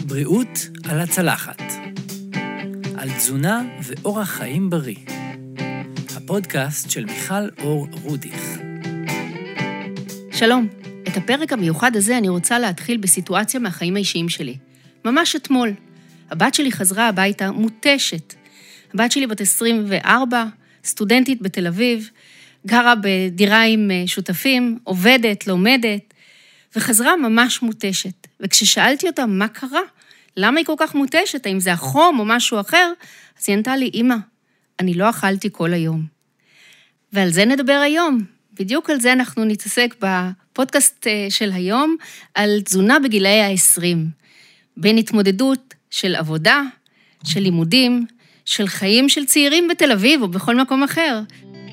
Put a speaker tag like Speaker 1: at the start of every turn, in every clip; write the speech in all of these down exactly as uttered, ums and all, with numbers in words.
Speaker 1: בריאות על הצלחת. על תזונה ואורח חיים בריא. הפודקאסט של מיכל אור רודיך.
Speaker 2: שלום, את הפרק המיוחד הזה אני רוצה להתחיל בסיטואציה מהחיים האישיים שלי. ממש אתמול. הבת שלי חזרה הביתה מותשת. הבת שלי בת עשרים וארבע, סטודנטית בתל אביב, גרה בדירה עם שותפים, עובדת, לומדת, וחזרה ממש מותשת. וכששאלתי אותה מה קרה, למה היא כל כך מותשת, האם זה החום או משהו אחר, אז היא ענתה לי, אמא, אני לא אכלתי כל היום. ועל זה נדבר היום. בדיוק על זה אנחנו נתעסק בפודקאסט של היום, על תזונה בגילאי העשרים. בין התמודדות של עבודה, של לימודים, של חיים של צעירים בתל אביב או בכל מקום אחר.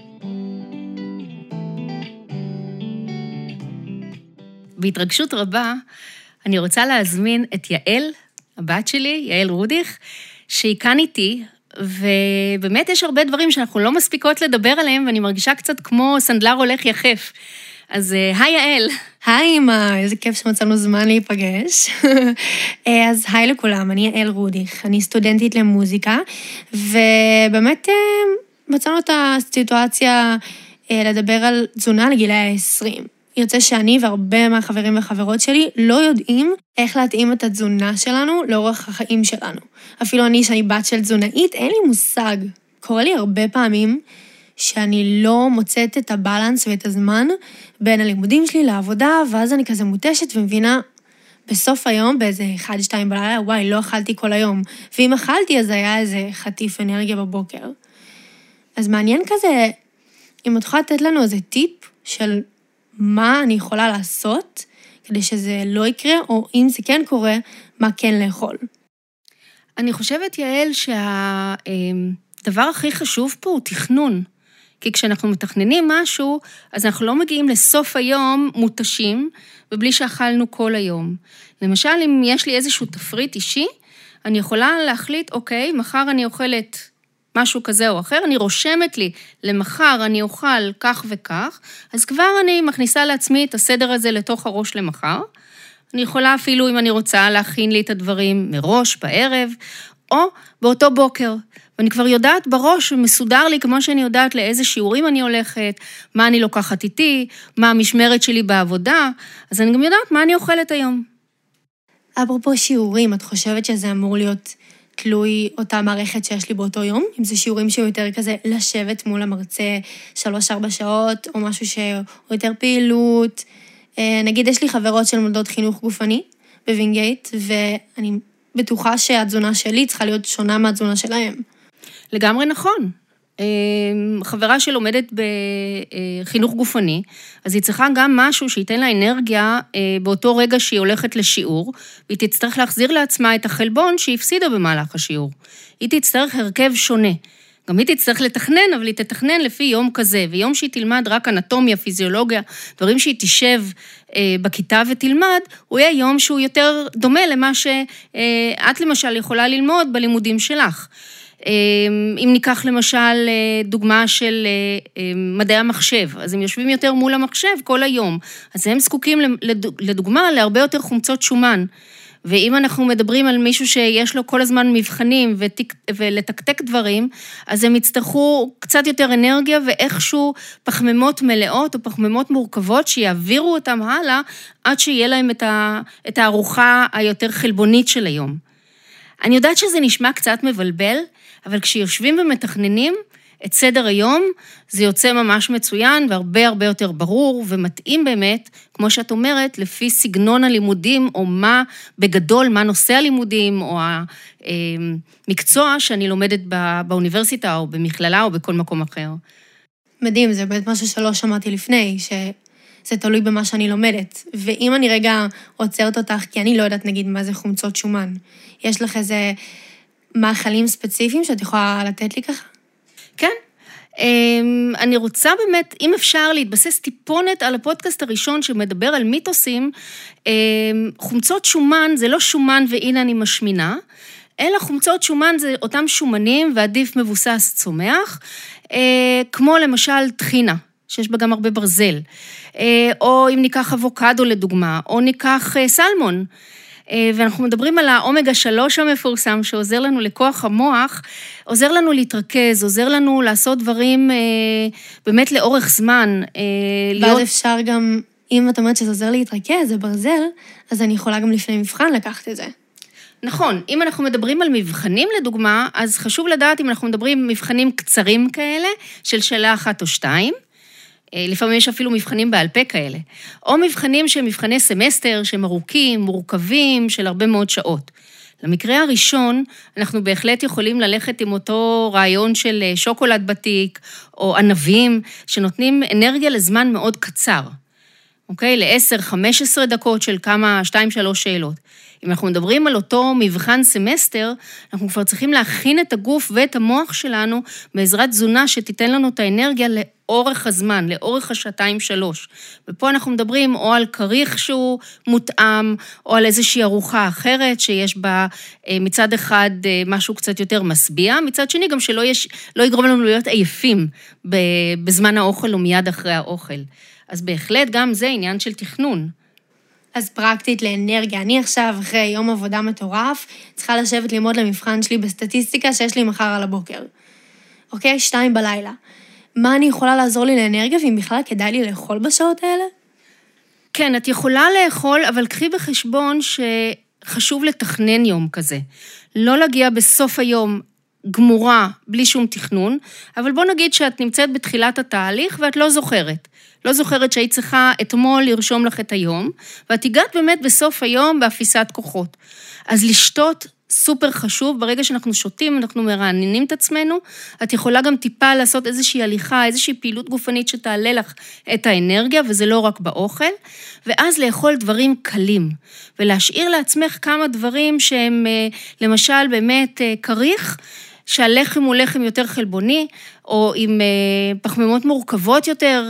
Speaker 2: בהתרגשות רבה, אני רוצה להזמין את יעל, הבת שלי, יעל רודיך, שהיא כאן איתי, ובאמת יש הרבה דברים שאנחנו לא מספיקות לדבר עליהם, ואני מרגישה קצת כמו סנדלר הולך יחף. אז היי יעל.
Speaker 3: היי אמא, איזה כיף שמצאנו זמן להיפגש. אז היי לכולם, אני יעל רודיך, אני סטודנטית למוזיקה, ובאמת מצאנו את הסיטואציה לדבר על תזונה לגילאי העשרים. יוצא שאני והרבה מהחברים וחברות שלי לא יודעים איך להתאים את התזונה שלנו לאורך החיים שלנו. אפילו אני, שאני בת של תזונאית, אין לי מושג. קורה לי הרבה פעמים שאני לא מוצאת את הבלנס ואת הזמן בין הלימודים שלי לעבודה, ואז אני כזה מותשת ומבינה בסוף היום, באיזה אחד שתיים בלילה, וואי, לא אכלתי כל היום. ואם אכלתי, אז היה איזה חטיף אנרגיה בבוקר. אז מעניין כזה, אם את יכולה לתת לנו איזה טיפ של מה אני יכולה לעשות כדי שזה לא יקרה, או אם זה כן קורה, מה כן לאכול.
Speaker 2: אני חושבת, יעל, שהדבר הכי חשוב פה הוא תכנון. כי כשאנחנו מתכננים משהו, אז אנחנו לא מגיעים לסוף היום מותשים, ובלי שאכלנו כל היום. למשל, אם יש לי איזשהו תפריט אישי, אני יכולה להחליט, אוקיי, מחר אני אוכלת משהו כזה או אחר, אני רושמת לי, למחר אני אוכל כך וכך, אז כבר אני מכניסה לעצמי את הסדר הזה לתוך הראש למחר. אני יכולה אפילו, אם אני רוצה, להכין לי את הדברים מראש, בערב, או באותו בוקר. ואני כבר יודעת בראש ומסודר לי, כמו שאני יודעת לאיזה שיעורים אני הולכת, מה אני לוקחת איתי, מה המשמרת שלי בעבודה, אז אני גם יודעת מה אני אוכלת היום.
Speaker 3: אפרופו שיעורים, את חושבת שזה אמור להיות תלוי אותה מערכת שיש לי באותו יום? אם זה שיעורים שהוא יותר כזה לשבת מול המרצה שלוש ארבע שעות, או משהו שהוא יותר פעילות. נגיד, יש לי חברות של מלמדות חינוך גופני בווינגייט, ואני בטוחה שהתזונה שלי צריכה להיות שונה מהתזונה שלהם.
Speaker 2: לגמרי נכון. חברה שלומדת בחינוך גופני, אז היא צריכה גם משהו שייתן לה אנרגיה באותו רגע שהיא הולכת לשיעור, והיא תצטרך להחזיר לעצמה את החלבון שהיא הפסידה במהלך השיעור. היא תצטרך הרכב שונה. גם היא תצטרך לתכנן, אבל היא תתכנן לפי יום כזה, ויום שהיא תלמד רק אנטומיה, פיזיולוגיה, דברים שהיא תשב בכיתה ותלמד, הוא יהיה יום שהוא יותר דומה למה שאת למשל יכולה ללמוד בלימודים שלך. אם ניקח למשל דוגמה של מדעי המחשב, אז הם יושבים יותר מול המחשב כל היום, אז הם זקוקים לדוגמה להרבה יותר חומצות שומן, ואם אנחנו מדברים על מישהו שיש לו כל הזמן מבחנים ולתקתק דברים, אז הם יצטרכו קצת יותר אנרגיה ואיכשהו פחמימות מלאות או פחמימות מורכבות שיעבירו אותם הלאה, עד שיהיה להם את הארוחה היותר חלבונית של היום. אני יודעת שזה נשמע קצת מבלבל, אבל כשיושבים ומתכננים את סדר היום, זה יוצא ממש מצוין והרבה הרבה יותר ברור ומתאים באמת, כמו שאת אומרת, לפי סגנון הלימודים, או מה בגדול, מה נושא הלימודים, או המקצוע שאני לומדת באוניברסיטה, או במכללה, או בכל מקום אחר.
Speaker 3: מדהים, זה באמת משהו שלא שמעתי לפני, שזה תלוי במה שאני לומדת. ואם אני רגע עוצרת אותך, כי אני לא יודעת נגיד מה זה חומצות שומן, יש לך איזה מאכלים ספציפיים שאת יכולה לתת לי ככה?
Speaker 2: כן. אני רוצה באמת, אם אפשר להתבסס טיפונת על הפודקאסט הראשון שמדבר על מיתוסים, חומצות שומן זה לא שומן והנה אני משמינה, אלא חומצות שומן זה אותם שומנים ועדיף מבוסס צומח, כמו למשל טחינה, שיש בה גם הרבה ברזל, או אם ניקח אבוקדו לדוגמה, או ניקח סלמון, ואנחנו מדברים על האומגה שלוש המפורסם, שעוזר לנו לכוח המוח, עוזר לנו להתרכז, עוזר לנו לעשות דברים באמת לאורך זמן.
Speaker 3: ואז אפשר גם, אם את אומרת שזה עוזר להתרכז, זה ברזל, אז אני יכולה גם לפני מבחן לקחת את זה.
Speaker 2: נכון, אם אנחנו מדברים על מבחנים לדוגמה, אז חשוב לדעת אם אנחנו מדברים מבחנים קצרים כאלה, של שאלה אחת או שתיים, לפעמים יש אפילו מבחנים בעל פה כאלה, או מבחנים שהם מבחני סמסטר, שהם ארוכים, מורכבים, של הרבה מאוד שעות. למקרה הראשון, אנחנו בהחלט יכולים ללכת עם אותו רעיון של שוקולד בתיק, או ענבים, שנותנים אנרגיה לזמן מאוד קצר. אוקיי? ל-עשר חמש עשרה דקות של כמה, שתיים שלוש שאלות. אם אנחנו מדברים על אותו מבחן סמסטר, אנחנו כבר צריכים להכין את הגוף ואת המוח שלנו בעזרת תזונה שתיתן לנו את האנרגיה לאורך הזמן, לאורך השעתיים שלוש. ופה אנחנו מדברים או על כריך שהוא מותאם, או על איזושהי ארוחה אחרת שיש בה מצד אחד משהו קצת יותר משביע, מצד שני גם שלא יש, לא יגרום לנו להיות עייפים בזמן האוכל או מיד אחרי האוכל. אז בהחלט גם זה עניין של תכנון.
Speaker 3: אז פרקטית לאנרגיה. אני עכשיו, אחרי יום עבודה מטורף, צריכה לשבת ללמוד למבחן שלי בסטטיסטיקה שיש לי מחר על הבוקר. אוקיי? שתיים בלילה. מה אני יכולה לעזור לי לאנרגיה, ואם בכלל כדאי לי לאכול בשעות האלה?
Speaker 2: כן, את יכולה לאכול, אבל קחי בחשבון שחשוב לתכנן יום כזה. לא להגיע בסוף היום גמורה, בלי שום תכנון, אבל בוא נגיד שאת נמצאת בתחילת התהליך ואת לא זוכרת. לא זוכרת שהיית צריכה אתמול לרשום לך את היום, ואת הגעת באמת בסוף היום באפיסת כוחות. אז לשתות סופר חשוב, ברגע שאנחנו שותים, אנחנו מרעננים את עצמנו, את יכולה גם טיפה לעשות איזושהי הליכה, איזושהי פעילות גופנית שתעלה לך את האנרגיה, וזה לא רק באוכל, ואז לאכול דברים קלים, ולהשאיר לעצמך כמה דברים שהם למשל באמת כריך, שהלחם הוא לחם יותר חלבוני, או עם פחמימות מורכבות יותר,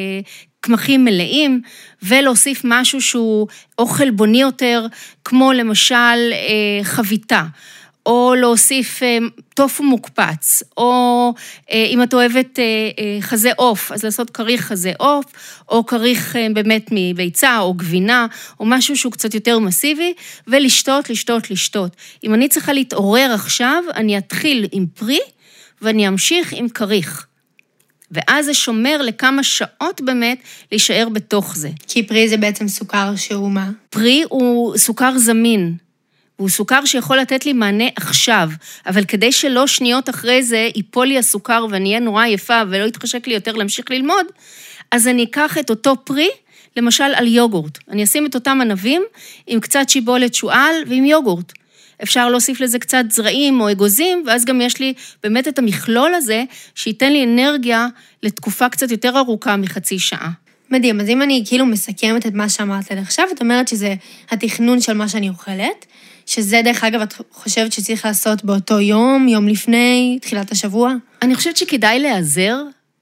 Speaker 2: קמחים מלאים, ולהוסיף משהו שהוא או חלבוני יותר, כמו למשל חביתה, או להוסיף טופו מוקפץ, או אם את אוהבת חזה עוף, אז לעשות כריך חזה עוף, או כריך באמת מביצה או גבינה, או משהו שהוא קצת יותר מסיבי, ולשתות, לשתות, לשתות. אם אני צריכה להתעורר עכשיו, אני אתחיל עם פרי, ואני אמשיך עם כריך. ואז זה שומר לכמה שעות באמת להישאר בתוך זה.
Speaker 3: כי פרי זה בעצם סוכר שהוא מה?
Speaker 2: פרי הוא סוכר זמין. הוא סוכר שיכול לתת לי מענה עכשיו, אבל כדי שלא שניות אחרי זה ייפול לי הסוכר ואני אהיה נורא יפה ולא יתחשק לי יותר להמשיך ללמוד, אז אני אקח את אותו פרי, למשל על יוגורט. אני אשים את אותם ענבים עם קצת שיבולת שועל ועם יוגורט. אפשר להוסיף לזה קצת זרעים או אגוזים, ואז גם יש לי באמת את המכלול הזה, שייתן לי אנרגיה לתקופה קצת יותר ארוכה מחצי שעה.
Speaker 3: מדהים, אז אם אני כאילו מסכמת את מה שאמרת עד עכשיו, את אומרת שזה התכנון של מה שאני אוכלת, שזה דרך אגב את חושבת שצריך לעשות באותו יום, יום לפני, תחילת השבוע?
Speaker 2: אני חושבת שכדאי להיעזר,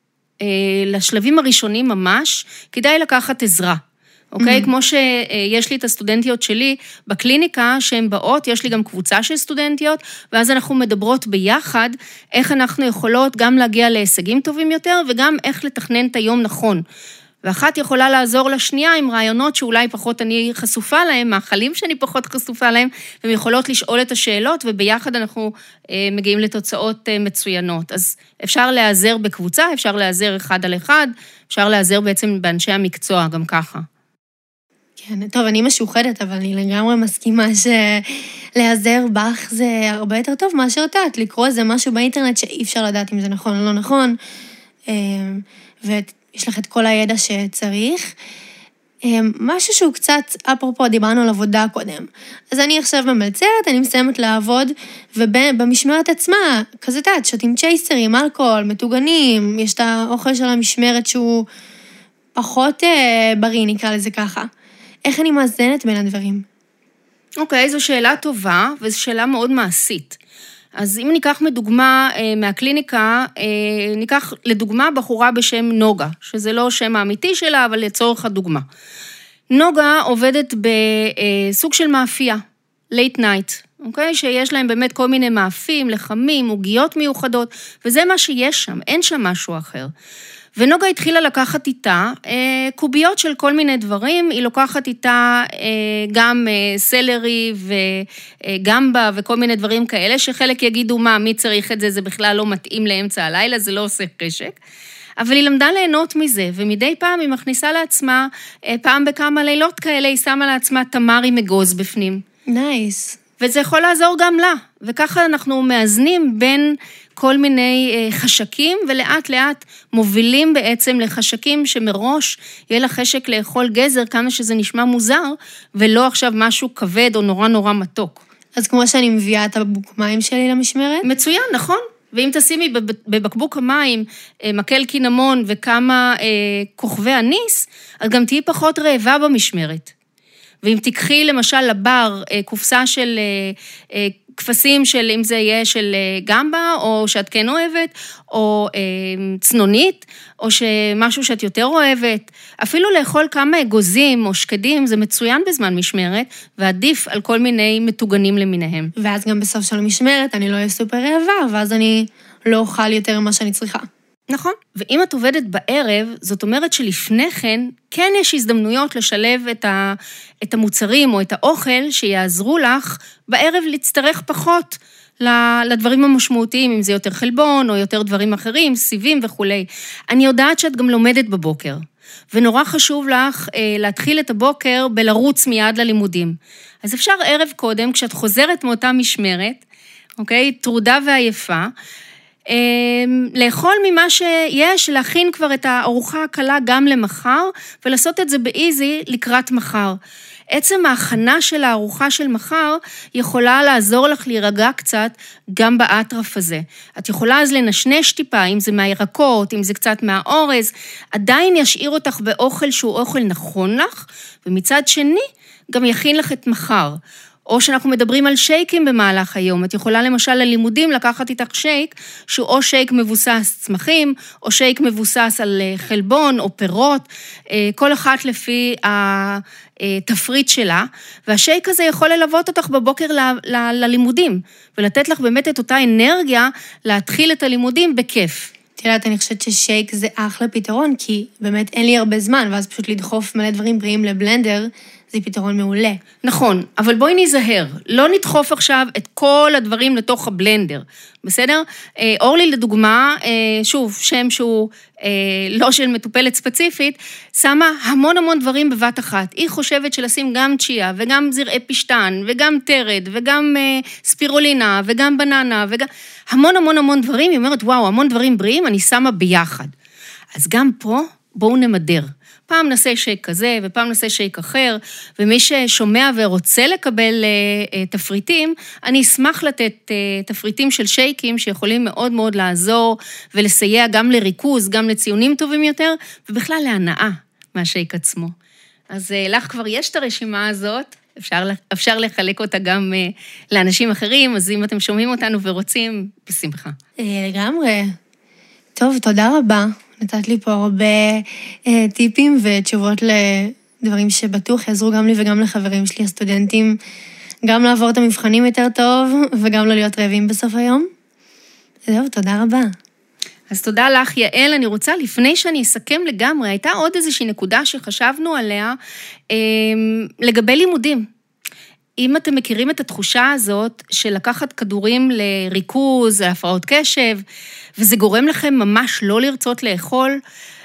Speaker 2: לשלבים הראשונים ממש, כדאי לקחת עזרה. אוקיי? כמו שיש לי את הסטודנטיות שלי בקליניקה, שהן באות, יש לי גם קבוצה של סטודנטיות, ואז אנחנו מדברות ביחד, איך אנחנו יכולות גם להגיע להישגים טובים יותר, וגם איך לתכנן את היום נכון. ואחת יכולה לעזור לשנייה עם רעיונות שאולי פחות אני חשופה להם, מאכלים שאני פחות חשופה להם, והן יכולות לשאול את השאלות, וביחד אנחנו מגיעים לתוצאות מצוינות. אז אפשר להיעזר בקבוצה, אפשר להיעזר אחד על אחד, אפשר להיעזר בעצם באנשי המקצוע, גם ככה.
Speaker 3: כן, טוב, אני משוחדת, אבל אני לגמרי מסכימה שלהיעזר בך זה הרבה יותר טוב מאשר אותת, לקרוא איזה משהו באינטרנט שאי אפשר לדעת אם זה נכון או לא נכון, ויש לך את כל הידע שצריך. משהו שהוא קצת, אפרופו, דיברנו על עבודה קודם. אז אני עכשיו במלצרת, אני מסיימת לעבוד, ובמשמרת עצמה, כזה תעת, שותים צ'ייסרים, אלכוהול, מטוגנים, יש את האוכל של המשמרת שהוא פחות בריא, נקרא לזה ככה. איך אני מאזנת בין הדברים?
Speaker 2: אוקיי, זו שאלה טובה, וזו שאלה מאוד מעשית. אז אם ניקח מדוגמה מהקליניקה, ניקח לדוגמה בחורה בשם נוגה, שזה לא שם האמיתי שלה, אבל לצורך הדוגמה. נוגה עובדת בסוג של מאפייה, late night, אוקיי? שיש להם באמת כל מיני מאפים, לחמים, עוגיות מיוחדות, וזה מה שיש שם, אין שם משהו אחר. ונוגה התחילה לקחת איתה אה, קוביות של כל מיני דברים, היא לוקחת איתה אה, גם אה, סלרי וגמבה וכל מיני דברים כאלה, שחלק יגידו מה, מי צריך את זה, זה בכלל לא מתאים לאמצע הלילה, זה לא עושה חשק. אבל היא למדה ליהנות מזה, ומדי פעם היא מכניסה לעצמה, אה, פעם בכמה לילות כאלה, היא שמה לעצמה תמר עם אגוז בפנים.
Speaker 3: נייס.
Speaker 2: וזה יכול לעזור גם לה, וככה אנחנו מאזנים בין כל מיני חשקים, ולאט לאט מובילים בעצם לחשקים שמראש יהיה לה חשק לאכול גזר, כמה שזה נשמע מוזר, ולא עכשיו משהו כבד או נורא נורא מתוק.
Speaker 3: אז כמו שאני מביאה את הבקבוק מים שלי למשמרת?
Speaker 2: מצוין, נכון. ואם תשימי בבקבוק המים מקל קינמון וכמה כוכבי אניס, אז גם תהיי פחות רעבה במשמרת. ואם תקחי למשל לבר קופסה של כפסים של, אם זה יהיה של גמבה, או שאת כן אוהבת, או צנונית, או שמשהו שאת יותר אוהבת, אפילו לאכול כמה אגוזים או שקדים, זה מצוין בזמן משמרת, ועדיף על כל מיני מתוגנים למיניהם.
Speaker 3: ואז גם בסוף של המשמרת אני לא אהיה סופר רעבה, ואז אני לא אוכל יותר ממה שאני צריכה.
Speaker 2: נכון, ואם את עובדת בערב, זאת אומרת שלפני כן, כן יש הזדמנויות לשלב את, ה, את המוצרים או את האוכל שיעזרו לך בערב להצטרך פחות לדברים המשמעותיים, אם זה יותר חלבון או יותר דברים אחרים, סיבים וכו'. אני יודעת שאת גם לומדת בבוקר, ונורא חשוב לך אה, להתחיל את הבוקר בלרוץ מיד ללימודים. אז אפשר ערב קודם, כשאת חוזרת מאותה משמרת, אוקיי, טרודה ועייפה, לאכול ממה שיש, להכין כבר את הארוחה הקלה גם למחר, ולעשות את זה באיזי לקראת מחר. עצם ההכנה של הארוחה של מחר, יכולה לעזור לך להירגע קצת, גם באטרף הזה. את יכולה אז לנשנש טיפה, אם זה מהירקות, אם זה קצת מהאורז, עדיין ישאיר אותך באוכל שהוא אוכל נכון לך, ומצד שני, גם יכין לך את מחר. או שאנחנו מדברים על שייקים במהלך היום. את יכולה למשל ללימודים לקחת איתך שייק, שהוא או שייק מבוסס צמחים, או שייק מבוסס על חלבון או פירות, כל אחת לפי התפריט שלה, והשייק הזה יכול ללוות אותך בבוקר ל- ל- ללימודים, ולתת לך באמת את אותה אנרגיה להתחיל את הלימודים בכיף.
Speaker 3: תראה, אני חושבת ששייק זה אחלה פתרון, כי באמת אין לי הרבה זמן, ואז פשוט לדחוף מלא דברים בריאים לבלנדר, זה פתרון מעולה.
Speaker 2: נכון, אבל בואי ניזהר, לא נדחוף עכשיו את כל הדברים לתוך הבלנדר, בסדר? אורלי לדוגמה, שוב, שם שהוא לא של מטופלת ספציפית, שמה המון המון דברים בבת אחת. היא חושבת שלשים גם צ'יה, וגם זרעי פשטן, וגם תרד, וגם ספירולינה, וגם בננה, וגם המון המון המון דברים, היא אומרת, וואו, המון דברים בריאים, אני שמה ביחד. אז גם פה, בואו נמדר. פעם נעשה שייק כזה, ופעם נעשה שייק אחר, ומי ששומע ורוצה לקבל תפריטים, אני אשמח לתת תפריטים של שייקים, שיכולים מאוד מאוד לעזור, ולסייע גם לריכוז, גם לציונים טובים יותר, ובכלל להנאה מהשייק עצמו. אז לך כבר יש את הרשימה הזאת, אפשר, אפשר לחלק אותה גם לאנשים אחרים, אז אם אתם שומעים אותנו ורוצים, בשמחה.
Speaker 3: לגמרי. טוב, תודה רבה. נתת לי פה הרבה אה, טיפים ותשובות לדברים שבטוח יעזרו גם לי וגם לחברים שלי, הסטודנטים, גם לעבור את המבחנים יותר טוב, וגם לא להיות רעבים בסוף היום. זהו, תודה רבה.
Speaker 2: אז תודה לך, יעל. אני רוצה, לפני שאני אסכם לגמרי, הייתה עוד איזושהי נקודה שחשבנו עליה, אה, לגבי לימודים. אם אתם מכירים את התחושה הזאת של לקחת כדורים לריכוז, להפרעות קשב, וזה גורם לכם ממש לא לרצות לאכול,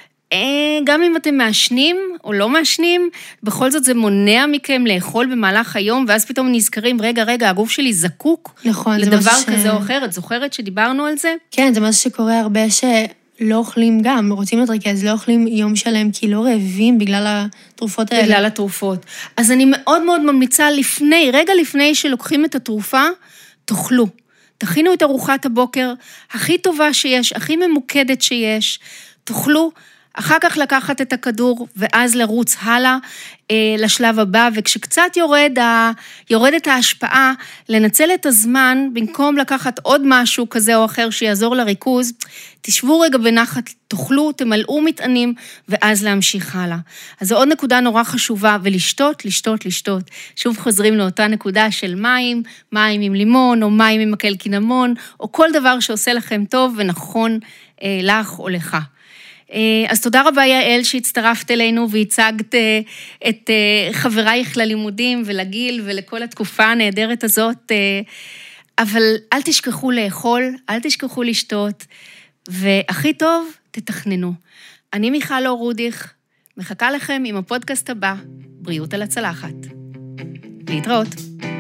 Speaker 2: גם אם אתם מעשנים או לא מעשנים, בכל זאת זה מונע מכם לאכול במהלך היום, ואז פתאום נזכרים, רגע, רגע, הגוף שלי זקוק
Speaker 3: נכון,
Speaker 2: לדבר כזה או אחר. את זוכרת שדיברנו על זה?
Speaker 3: כן, זה משהו שקורה הרבה ש... לא אוכלים גם, רוצים להתרכז, לא אוכלים יום שלם, כי לא רעבים בגלל התרופות האלה.
Speaker 2: בגלל התרופות. אז אני מאוד מאוד ממליצה לפני, רגע לפני שלוקחים את התרופה, תאכלו. תכינו את ארוחת הבוקר, הכי טובה שיש, הכי ממוקדת שיש, תאכלו, אחר כך לקחת את הכדור ואז לרוץ הלאה אה, לשלב הבא, וכשקצת יורד ה, יורדת ההשפעה, לנצל את הזמן, במקום לקחת עוד משהו כזה או אחר שיעזור לריכוז, תשבו רגע בנחת, תאכלו, תמלאו מטענים, ואז להמשיך הלאה. אז זו עוד נקודה נורא חשובה, ולשתות, לשתות, לשתות. שוב חוזרים לאותה נקודה של מים, מים עם לימון, או מים עם מקל קינמון, או כל דבר שעושה לכם טוב ונכון אה, לך או לך. אז תודה רבה יעל שהצטרפת אלינו והצגת את חברייך ללימודים ולגיל ולכל התקופה הנהדרת הזאת, אבל אל תשכחו לאכול, אל תשכחו לשתות, והכי טוב, תתכננו. אני מיכל אור רודיך, מחכה לכם עם הפודקאסט הבא, בריאות על הצלחת. להתראות.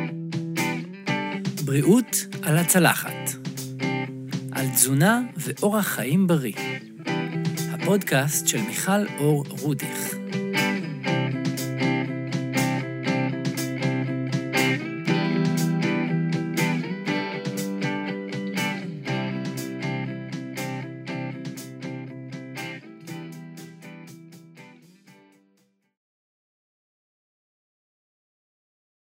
Speaker 1: בריאות על הצלחת. על תזונה ואורח חיים בריא. הפודקאסט של מיכל אור רודיך.